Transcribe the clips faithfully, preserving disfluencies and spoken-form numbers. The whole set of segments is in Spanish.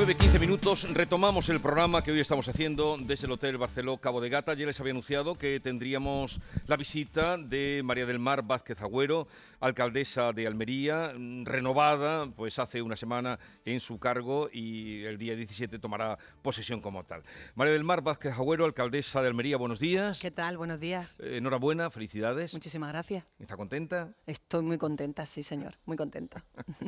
nueve quince minutos, retomamos el programa que hoy estamos haciendo desde el Hotel Barceló Cabo de Gata. Ya les había anunciado que tendríamos la visita de María del Mar Vázquez Agüero, alcaldesa de Almería, renovada pues hace una semana en su cargo y el día diecisiete tomará posesión como tal. María del Mar Vázquez Agüero, alcaldesa de Almería, buenos días. ¿Qué tal? Buenos días. Eh, enhorabuena, felicidades. Muchísimas gracias. ¿Está contenta? Estoy muy contenta, sí señor, muy contenta.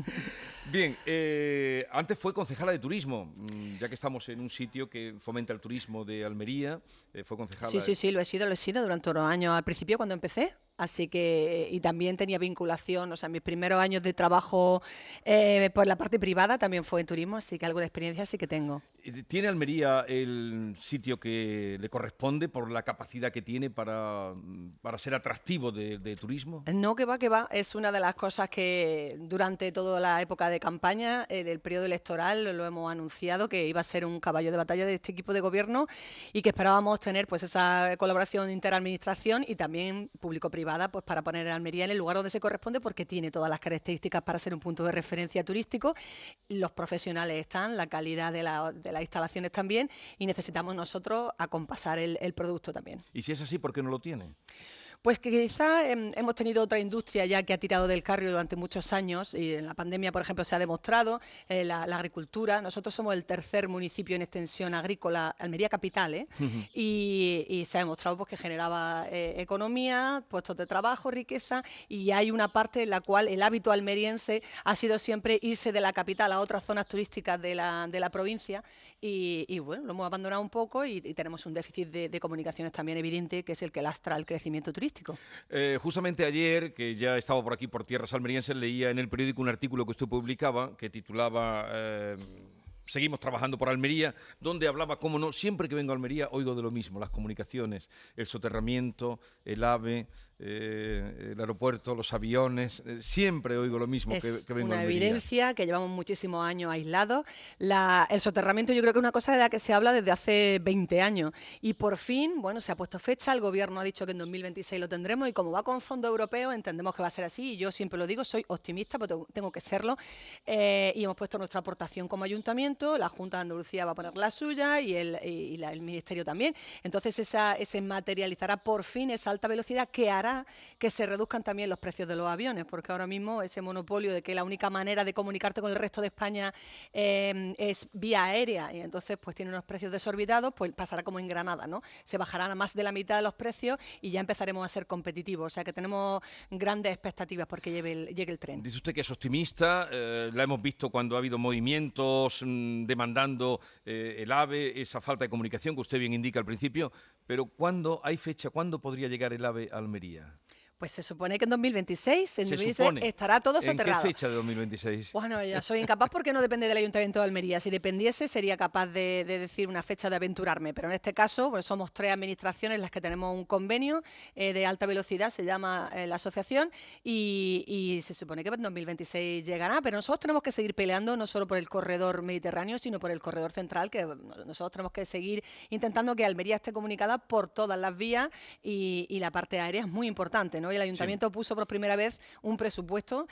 Bien, eh, antes fue concejala de turismo, ya que estamos en un sitio que fomenta el turismo de Almería, eh, fue concejala... Sí, sí, sí, lo he sido, lo he sido durante unos años al principio cuando empecé. Así que, y también tenía vinculación, o sea, mis primeros años de trabajo eh, por la parte privada también fue en turismo, así que algo de experiencia sí que tengo. ¿Tiene Almería el sitio que le corresponde por la capacidad que tiene para, para ser atractivo de, de turismo? No, que va, que va. Es una de las cosas que durante toda la época de campaña, en el periodo electoral, lo hemos anunciado, que iba a ser un caballo de batalla de este equipo de gobierno y que esperábamos tener pues esa colaboración interadministración y también público-privada, pues para poner a Almería en el lugar donde se corresponde, porque tiene todas las características para ser un punto de referencia turístico. Los profesionales están, la calidad de, la, de las instalaciones también, y necesitamos nosotros acompasar el, el producto también. Y si es así, ¿por qué no lo tiene? Pues que quizás eh, hemos tenido otra industria ya que ha tirado del carro durante muchos años, y en la pandemia, por ejemplo, se ha demostrado eh, la, la agricultura. Nosotros somos el tercer municipio en extensión agrícola, Almería capital, ¿eh? Uh-huh. y, y se ha demostrado pues, que generaba eh, economía, puestos de trabajo, riqueza, y hay una parte en la cual el hábito almeriense ha sido siempre irse de la capital a otras zonas turísticas de la, de la provincia, y, y bueno, lo hemos abandonado un poco y, y tenemos un déficit de, de comunicaciones también evidente, que es el que lastra el crecimiento turístico. Eh, justamente ayer, que ya estaba por aquí, por tierras almerienses, leía en el periódico un artículo que usted publicaba que titulaba eh, Seguimos trabajando por Almería, donde hablaba, cómo no, siempre que vengo a Almería oigo de lo mismo, las comunicaciones, el soterramiento, el AVE, eh, el aeropuerto, los aviones, eh, siempre oigo lo mismo es que, que vengo a una Almería. Evidencia que llevamos muchísimos años aislados. La, el soterramiento yo creo que es una cosa de la que se habla desde hace veinte años y por fin, bueno, se ha puesto fecha, el gobierno ha dicho que en dos mil veintiséis lo tendremos y como va con fondos europeos entendemos que va a ser así y yo siempre lo digo, soy optimista, pero tengo que serlo eh, y hemos puesto nuestra aportación como ayuntamiento, la Junta de Andalucía va a poner la suya y el, y la, el Ministerio también. Entonces esa, ese materializará por fin esa alta velocidad que hará que se reduzcan también los precios de los aviones, porque ahora mismo ese monopolio de que la única manera de comunicarte con el resto de España eh, es vía aérea, y entonces pues tiene unos precios desorbitados, pues pasará como en Granada, ¿no? Se bajarán a más de la mitad de los precios y ya empezaremos a ser competitivos, o sea que tenemos grandes expectativas porque llegue el, llegue el tren. Dice usted que es optimista, eh, la hemos visto cuando ha habido movimientos mmm, demandando eh, el AVE, esa falta de comunicación que usted bien indica al principio, pero ¿cuándo hay fecha? ¿Cuándo podría llegar el AVE a Almería? Pues se supone que en dos mil veintiséis, en se dos mil veintiséis supone. estará todo soterrado. ¿En qué fecha de dos mil veintiséis? Bueno, ya soy incapaz porque no depende del Ayuntamiento de Almería. Si dependiese sería capaz de, de decir una fecha de aventurarme, pero en este caso pues somos tres administraciones las que tenemos un convenio eh, de alta velocidad, se llama eh, la asociación, y, y se supone que en dos mil veintiséis llegará, pero nosotros tenemos que seguir peleando no solo por el corredor mediterráneo, sino por el corredor central, que nosotros tenemos que seguir intentando que Almería esté comunicada por todas las vías y, y la parte aérea es muy importante, ¿no? Y el Ayuntamiento sí. puso por primera vez un presupuesto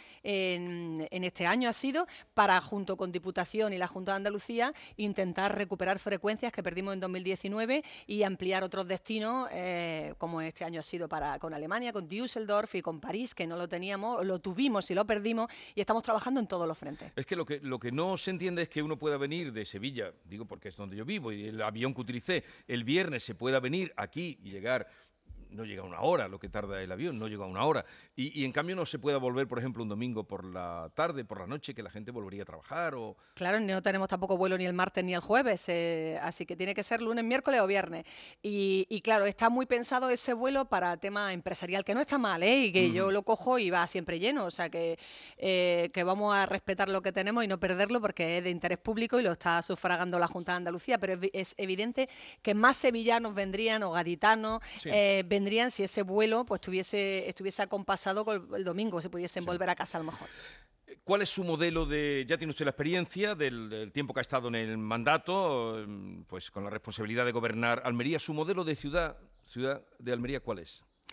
en, en este año ha sido para, junto con Diputación y la Junta de Andalucía, intentar recuperar frecuencias que perdimos en dos mil diecinueve y ampliar otros destinos, eh, como este año ha sido para con Alemania, con Düsseldorf y con París, que no lo teníamos, lo tuvimos y lo perdimos, y estamos trabajando en todos los frentes. Es que lo que, lo que no se entiende es que uno pueda venir de Sevilla, digo porque es donde yo vivo, y el avión que utilicé el viernes se pueda venir aquí y llegar... no llega a una hora lo que tarda el avión, no llega a una hora. Y, y en cambio no se pueda volver, por ejemplo, un domingo por la tarde, por la noche, que la gente volvería a trabajar o... Claro, no tenemos tampoco vuelo ni el martes ni el jueves, eh, así que tiene que ser lunes, miércoles o viernes. Y, y claro, está muy pensado ese vuelo para tema empresarial, que no está mal, ¿eh? Y que uh-huh. yo lo cojo y va siempre lleno, o sea que, eh, que vamos a respetar lo que tenemos y no perderlo porque es de interés público y lo está sufragando la Junta de Andalucía, pero es, es evidente que más sevillanos vendrían o gaditanos, sí. eh, vendrían si ese vuelo pues tuviese, estuviese acompasado con el domingo, se pudiesen sí. volver a casa a lo mejor. ¿Cuál es su modelo de, ya tiene usted la experiencia del, del tiempo que ha estado en el mandato, pues con la responsabilidad de gobernar Almería, su modelo de ciudad, ciudad de Almería, ¿cuál es?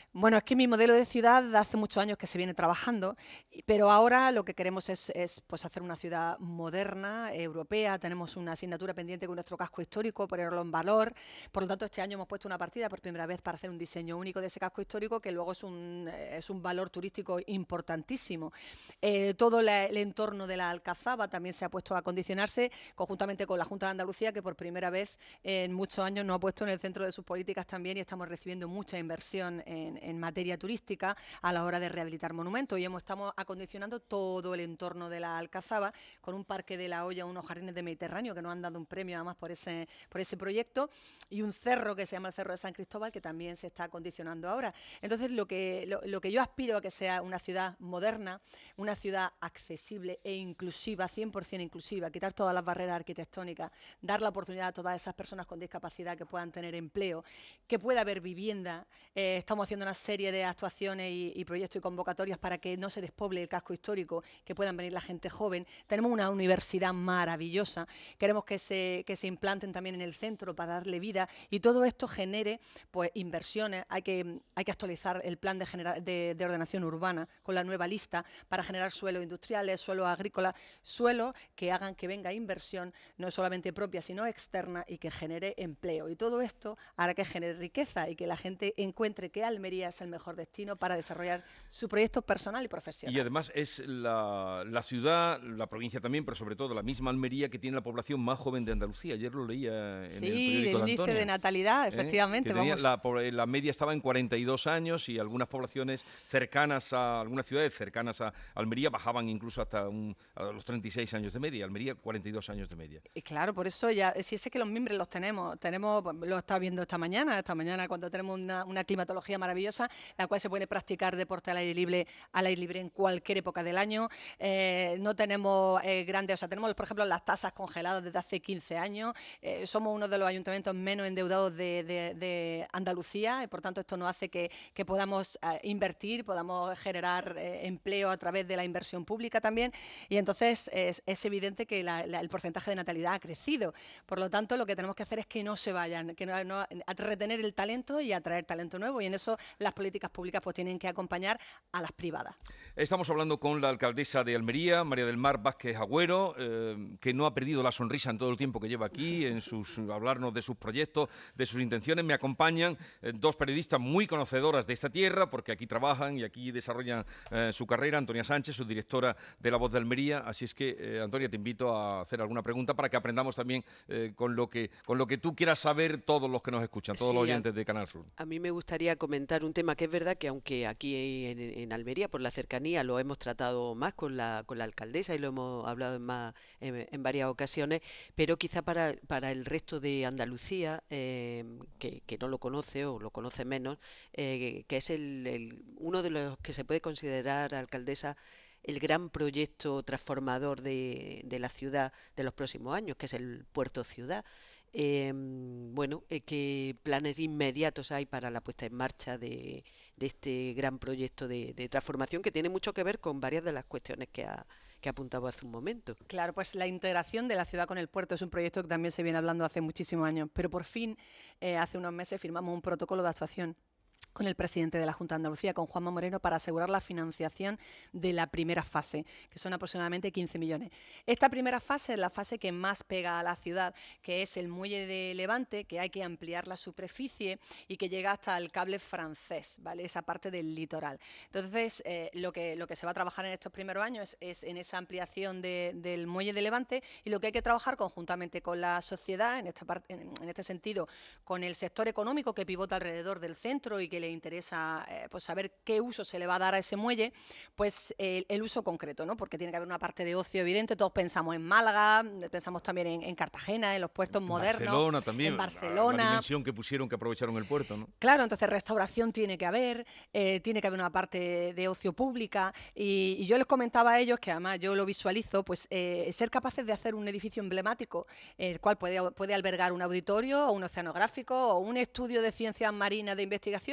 Bueno, es que mi modelo de ciudad hace muchos años que se viene trabajando, y- pero ahora lo que queremos es, es, pues hacer una ciudad moderna, europea. Tenemos una asignatura pendiente con nuestro casco histórico, ponerlo en valor. Por lo tanto, este año hemos puesto una partida por primera vez para hacer un diseño único de ese casco histórico, que luego es un, eh, es un valor turístico importantísimo. Eh, todo la- el entorno de la Alcazaba también se ha puesto a acondicionarse conjuntamente con la Junta de Andalucía, que por primera vez en muchos años nos ha puesto en el centro de sus políticas también, y estamos recibiendo mucha inversión en, en materia turística a la hora de rehabilitar monumentos, y hemos, estamos acondicionando todo el entorno de la Alcazaba con un parque de la Hoya, unos jardines de Mediterráneo que nos han dado un premio además por ese, por ese proyecto, y un cerro que se llama el Cerro de San Cristóbal, que también se está acondicionando ahora. Entonces, lo que, lo, lo que yo aspiro a que sea una ciudad moderna, una ciudad accesible e inclusiva, cien por cien inclusiva, quitar todas las barreras arquitectónicas, dar la oportunidad a todas esas personas con discapacidad que puedan tener empleo, que pueda haber vivienda. Eh, estamos haciendo una serie de actuaciones y, y proyectos y convocatorias para que no se despoble el casco histórico, que puedan venir la gente joven. Tenemos una universidad maravillosa, queremos que se, que se implanten también en el centro para darle vida, y todo esto genere pues inversiones. Hay que, hay que actualizar el plan de, genera, de, de ordenación urbana con la nueva lista para generar suelos industriales, suelos agrícolas, suelos que hagan que venga inversión, no solamente propia, sino externa, y que genere empleo. Y todo esto hará que genere riqueza y que la gente encuentre que Almería es el mejor destino para desarrollar su proyecto personal y profesional. Y además es la, la ciudad, la provincia también, pero sobre todo la misma Almería, que tiene la población más joven de Andalucía. Ayer lo leía en sí, el periódico el de índice Antonia, de natalidad, ¿eh? efectivamente. Que tenía, Vamos. la, la media estaba en cuarenta y dos años, y algunas poblaciones cercanas a, algunas ciudades cercanas a Almería bajaban incluso hasta un, a los treinta y seis años de media. Almería, cuarenta y dos años de media. Y claro, por eso ya, si es que los mimbres los tenemos, tenemos, lo está viendo esta mañana, esta mañana cuando tenemos una, una climatología maravillosa, la cual se puede practicar deporte al aire libre, al aire libre en cualquier época del año. Eh, no tenemos eh, grandes, o sea, tenemos por ejemplo las tasas congeladas desde hace quince años, eh, somos uno de los ayuntamientos menos endeudados de, de, de Andalucía, y por tanto esto nos hace que, que podamos eh, invertir, podamos generar eh, empleo a través de la inversión pública también, y entonces es, es evidente que la, la, el porcentaje de natalidad ha crecido. Por lo tanto, lo que tenemos que hacer es que no se vayan, que no, no, a retener el talento y atraer talento nuevo, y en eso las políticas públicas pues tienen que acompañar a las privadas. Estamos hablando con la alcaldesa de Almería, María del Mar Vázquez Agüero, eh, que no ha perdido la sonrisa en todo el tiempo que lleva aquí, en sus hablarnos de sus proyectos, de sus intenciones. Me acompañan eh, dos periodistas muy conocedoras de esta tierra, porque aquí trabajan y aquí desarrollan eh, su carrera. Antonia Sánchez, su directora de La Voz de Almería. Así es que, eh, Antonia, te invito a hacer alguna pregunta para que aprendamos también eh, con, lo que, con lo que tú quieras saber, todos los que nos escuchan, todos sí, los oyentes a, de Canal Sur. A mí me gustaría comentar un tema que es verdad que aunque aquí en, en Almería, por la cercanía, lo hemos tratado más con la, con la alcaldesa y lo hemos hablado en, más, en, en varias ocasiones, pero quizá para, para el resto de Andalucía, eh, que, que no lo conoce o lo conoce menos, eh, que es el, el, uno de los que se puede considerar, alcaldesa, el gran proyecto transformador de, de la ciudad de los próximos años, que es el Puerto Ciudad. Eh, bueno, eh, ¿qué planes inmediatos hay para la puesta en marcha de, de este gran proyecto de, de transformación, que tiene mucho que ver con varias de las cuestiones que ha, que apuntaba hace un momento? Claro, pues la integración de la ciudad con el puerto es un proyecto que también se viene hablando hace muchísimos años, pero por fin, eh, hace unos meses firmamos un protocolo de actuación con el presidente de la Junta de Andalucía, con Juanma Moreno, para asegurar la financiación de la primera fase, que son aproximadamente quince millones. Esta primera fase es la fase que más pega a la ciudad, que es el muelle de Levante, que hay que ampliar la superficie y que llega hasta el cable francés, ¿vale? Esa parte del litoral. Entonces, eh, lo, que, lo que se va a trabajar en estos primeros años es, es en esa ampliación de, del muelle de Levante, y lo que hay que trabajar conjuntamente con la sociedad, en, esta parte, en, en este sentido, con el sector económico que pivota alrededor del centro y que le interesa eh, pues saber qué uso se le va a dar a ese muelle, pues eh, el uso concreto, ¿no? Porque tiene que haber una parte de ocio evidente. Todos pensamos en Málaga, pensamos también en, en Cartagena, en los puertos en modernos. Barcelona también, en Barcelona. La, la dimensión que pusieron, que aprovecharon el puerto, ¿no? Claro, entonces restauración tiene que haber, eh, tiene que haber una parte de ocio pública, y, y yo les comentaba a ellos, que además yo lo visualizo, pues eh, ser capaces de hacer un edificio emblemático, el cual puede, puede albergar un auditorio o un oceanográfico o un estudio de ciencias marinas de investigación,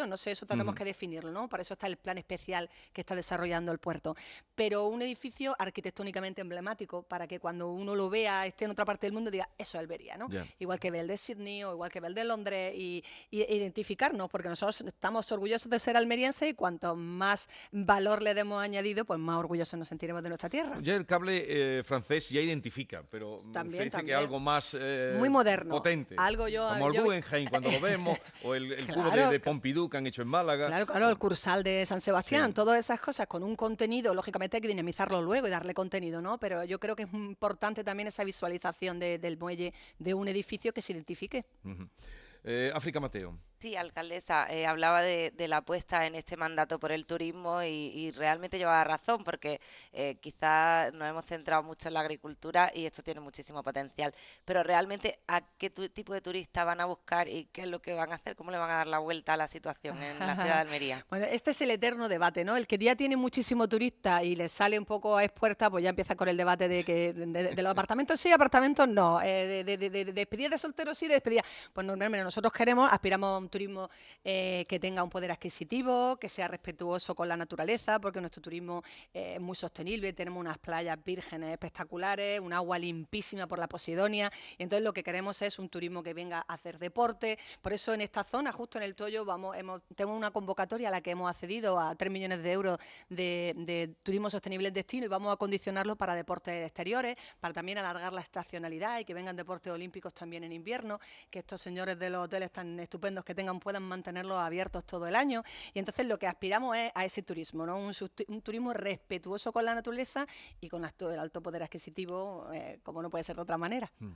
edificio, no sé, eso tenemos uh-huh. que definirlo, ¿no? Para eso está el plan especial que está desarrollando el puerto. Pero un edificio arquitectónicamente emblemático, para que cuando uno lo vea, esté en otra parte del mundo, diga, eso es Almería, ¿no? Yeah. Igual que ve el de Sydney o igual que ve el de Londres, y, y identificarnos, porque nosotros estamos orgullosos de ser almerienses, y cuanto más valor le demos añadido, pues más orgullosos nos sentiremos de nuestra tierra. Ya el cable eh, francés ya identifica, pero también, se dice también. que algo más eh, muy moderno, potente. Algo yo, como el yo... Guggenheim cuando lo vemos, o el, el claro, cubo de, de Pompidou que han hecho en Málaga. Claro, claro, el Cursal de San Sebastián, sí. Todas esas cosas con un contenido, lógicamente hay que dinamizarlo luego y darle contenido, ¿no? Pero yo creo que es importante también esa visualización de, del muelle de un edificio que se identifique. Uh-huh. eh, África Mateo. Sí, alcaldesa, eh, hablaba de, de la apuesta en este mandato por el turismo y, y realmente llevaba razón, porque eh, quizás nos hemos centrado mucho en la agricultura y esto tiene muchísimo potencial, pero realmente ¿a qué tu, tipo de turistas van a buscar y qué es lo que van a hacer? ¿Cómo le van a dar la vuelta a la situación en la ciudad de Almería? Bueno, este es el eterno debate, ¿no? El que ya tiene muchísimo turista y le sale un poco a expuerta, pues ya empieza con el debate de que de, de, de los apartamentos sí, apartamentos no, eh, de, de, de, de despedida de solteros sí, de despedida. Pues normalmente nosotros queremos, aspiramos a un turismo eh, que tenga un poder adquisitivo, que sea respetuoso con la naturaleza, porque nuestro turismo eh, es muy sostenible, tenemos unas playas vírgenes espectaculares, un agua limpísima por la Posidonia, y entonces lo que queremos es un turismo que venga a hacer deporte. Por eso en esta zona, justo en el Toyo, vamos, hemos, tenemos una convocatoria a la que hemos accedido a tres millones de euros de, de turismo sostenible en destino, y vamos a condicionarlo para deportes exteriores, para también alargar la estacionalidad y que vengan deportes olímpicos también en invierno, que estos señores de los hoteles tan estupendos que tengan puedan mantenerlos abiertos todo el año. Y entonces lo que aspiramos es a ese turismo, ¿no? Un, un turismo respetuoso con la naturaleza y con el alto poder adquisitivo, eh, como no puede ser de otra manera. Mm.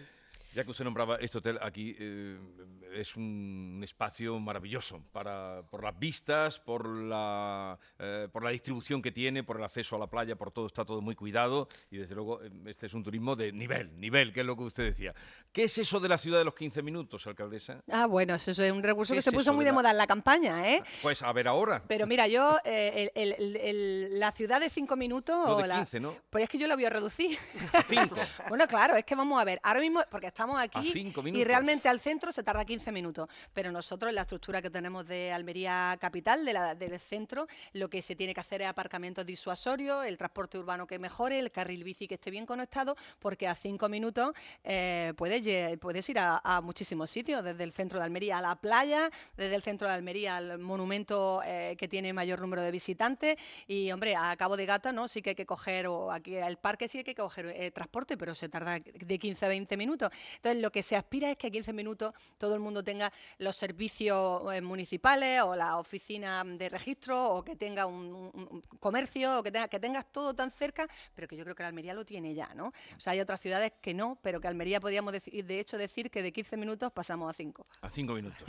Ya que usted nombraba este hotel aquí, eh, es un espacio maravilloso para, por las vistas, por la, eh, por la distribución que tiene, por el acceso a la playa, por todo, está todo muy cuidado y desde luego este es un turismo de nivel, nivel, que es lo que usted decía. ¿Qué es eso de la ciudad de los quince minutos, alcaldesa? Ah, bueno, eso es un recurso que se puso muy de, la... de moda en la campaña, ¿eh? Pues a ver ahora. Pero mira, yo, eh, el, el, el, la ciudad de cinco minutos... No, de la... quince, ¿no? Pues es que yo la voy a reducir. ¿A cinco? Bueno, claro, es que vamos a ver, ahora mismo, porque estamos aquí y realmente al centro se tarda quince minutos, pero nosotros en la estructura que tenemos de Almería capital, de la, del centro, lo que se tiene que hacer es aparcamientos disuasorios, el transporte urbano que mejore, el carril bici que esté bien conectado, porque a cinco minutos eh, puedes, puedes ir a, a muchísimos sitios, desde el centro de Almería a la playa, desde el centro de Almería al monumento eh, que tiene mayor número de visitantes, y hombre, a Cabo de Gata no, sí que hay que coger, o aquí al parque sí hay que coger eh, transporte, pero se tarda de quince a veinte minutos. Entonces lo que se aspira es que a quince minutos todo el mundo tenga los servicios eh, municipales o la oficina de registro, o que tenga un, un, un comercio, o que, tenga, que tengas todo tan cerca, pero que yo creo que la Almería lo tiene ya, ¿no? O sea, hay otras ciudades que no, pero que Almería podríamos decir, de hecho decir que de quince minutos pasamos a cinco. A cinco minutos.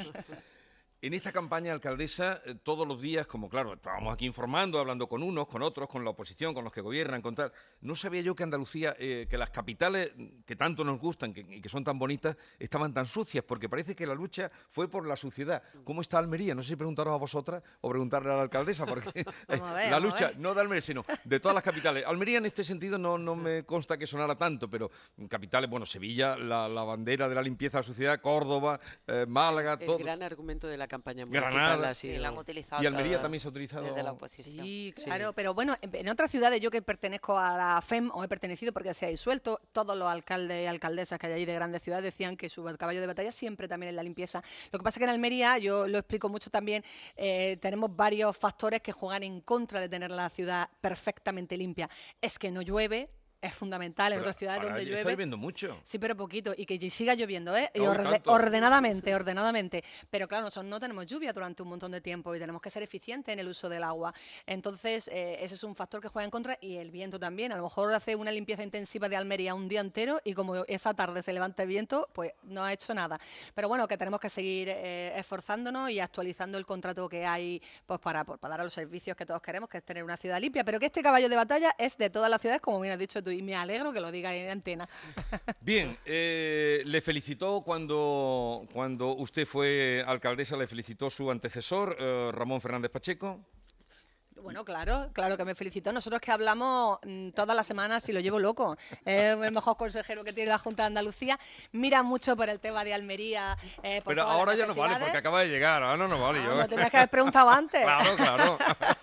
En esta campaña, alcaldesa, eh, todos los días, como claro, estábamos aquí informando, hablando con unos, con otros, con la oposición, con los que gobiernan, con tal. No sabía yo que Andalucía, eh, que las capitales que tanto nos gustan que, y que son tan bonitas, estaban tan sucias, porque parece que la lucha fue por la suciedad. ¿Cómo está Almería? No sé si preguntaros a vosotras o preguntarle a la alcaldesa, porque a ver, la lucha, no de Almería, sino de todas las capitales. Almería en este sentido no, no me consta que sonara tanto, pero capitales, bueno, Sevilla, la, la bandera de la limpieza de la sociedad, Córdoba, eh, Málaga, el todo. El gran argumento de la campaña municipal. Granada, ha sido... sí, la han utilizado y Almería también se ha utilizado desde la oposición. Sí, claro, sí. Pero bueno, en otras ciudades, yo que pertenezco a la F E M, o he pertenecido porque se ha disuelto, todos los alcaldes y alcaldesas que hay ahí de grandes ciudades decían que su caballo de batalla siempre también es la limpieza. Lo que pasa es que en Almería, yo lo explico mucho también, eh, tenemos varios factores que juegan en contra de tener la ciudad perfectamente limpia. Es que no llueve. Es fundamental en pero otras ciudades donde llueve. Está lloviendo mucho. Sí, pero poquito. Y que siga lloviendo, ¿eh? No, y orde ordenadamente, ordenadamente. Pero claro, nosotros no tenemos lluvia durante un montón de tiempo y tenemos que ser eficientes en el uso del agua. Entonces, eh, ese es un factor que juega en contra, y el viento también. A lo mejor hace una limpieza intensiva de Almería un día entero y como esa tarde se levanta el viento, pues no ha hecho nada. Pero bueno, que tenemos que seguir eh, esforzándonos y actualizando el contrato que hay, pues para, pues, para dar a los servicios que todos queremos, que es tener una ciudad limpia. Pero que este caballo de batalla es de todas las ciudades, como bien has dicho tú, y me alegro que lo diga en antena. Bien, eh, le felicitó cuando, cuando usted fue alcaldesa, le felicitó su antecesor, eh, Ramón Fernández Pacheco. Bueno, claro, claro que me felicito. Nosotros que hablamos mmm, todas las semanas y lo llevo loco. Es el mejor consejero que tiene la Junta de Andalucía. Mira mucho por el tema de Almería. Eh, por Pero todas ahora las ya no vale, porque acaba de llegar. Ahora no nos vale. Ah, yo. lo tenías que haber preguntado antes. Claro, claro.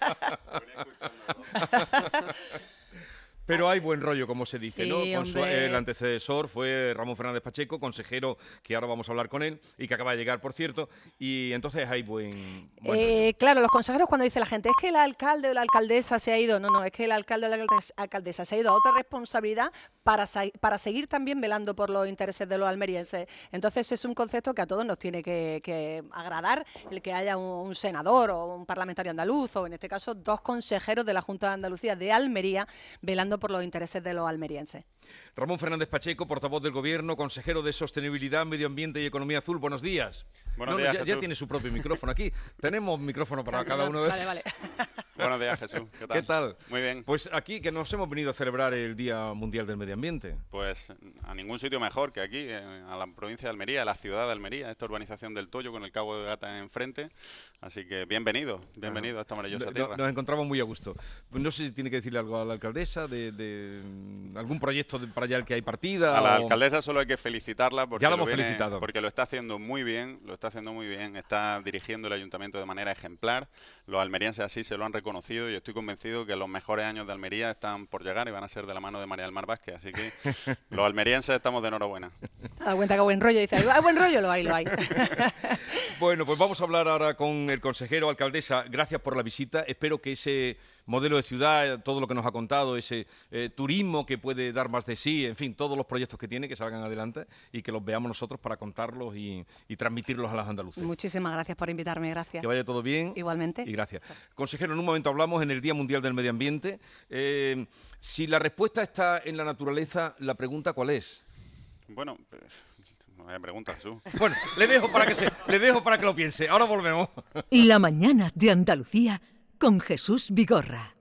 Pero hay buen rollo, como se dice, Sí, ¿no? Con su- hombre. el antecesor fue Ramón Fernández Pacheco, consejero, que ahora vamos a hablar con él, y que acaba de llegar, por cierto, y entonces hay buen, buen rollo. Eh, claro, los consejeros cuando dice la gente, es que el alcalde o la alcaldesa se ha ido, no, no, es que el alcalde o la alcaldes- alcaldesa se ha ido a otra responsabilidad para, sa- para seguir también velando por los intereses de los almerienses. Entonces es un concepto que a todos nos tiene que, que agradar, el que haya un, un senador o un parlamentario andaluz, o en este caso dos consejeros de la Junta de Andalucía de Almería velando por los intereses de los almerienses. Ramón Fernández Pacheco, portavoz del Gobierno, consejero de Sostenibilidad, Medio Ambiente y Economía Azul. Buenos días. Buenos No, no, días, ya, ya Jesús. tiene su propio micrófono aquí. Tenemos micrófono para No, cada no, uno de Vale, vale. Buenos días, Jesús. ¿Qué tal? ¿Qué tal? Muy bien. Pues aquí que nos hemos venido a celebrar el Día Mundial del Medio Ambiente. Pues a ningún sitio mejor que aquí, eh, a la provincia de Almería, a la ciudad de Almería, esta urbanización del Toyo con el Cabo de Gata enfrente. Así que bienvenido, bienvenido a esta maravillosa No- tierra. Nos encontramos muy a gusto. No sé si tiene que decirle algo a la alcaldesa de, de, mm, algún proyecto de- para allá el que hay partida. A la o- alcaldesa solo hay que felicitarla porque, Ya la lo hemos viene- felicitado. porque lo está haciendo muy bien, lo está haciendo muy bien, está dirigiendo el ayuntamiento de manera ejemplar. Los almerienses así se lo han reconocido y estoy convencido que los mejores años de Almería están por llegar y van a ser de la mano de María del Mar Vázquez. Así que los almerienses estamos de enhorabuena. Da cuenta que buen rollo, dice, ¿hay buen rollo? Lo hay, lo hay. Bueno, pues vamos a hablar ahora con el consejero, alcaldesa. Gracias por la visita. Espero que ese modelo de ciudad, todo lo que nos ha contado, ese eh, turismo que puede dar más de sí, en fin, todos los proyectos que tiene, que salgan adelante y que los veamos nosotros para contarlos y, y transmitirlos a las andaluces. Muchísimas gracias por invitarme, gracias. Que vaya todo bien. Igualmente. Y gracias. Consejero, en un momento hablamos en el Día Mundial del Medio Ambiente. Eh, si la respuesta está en la naturaleza, la pregunta ¿cuál es? Bueno, pues, no me preguntas, Jesús. Bueno, le dejo para que se, le dejo para que lo piense. Ahora volvemos. La mañana de Andalucía con Jesús Vigorra.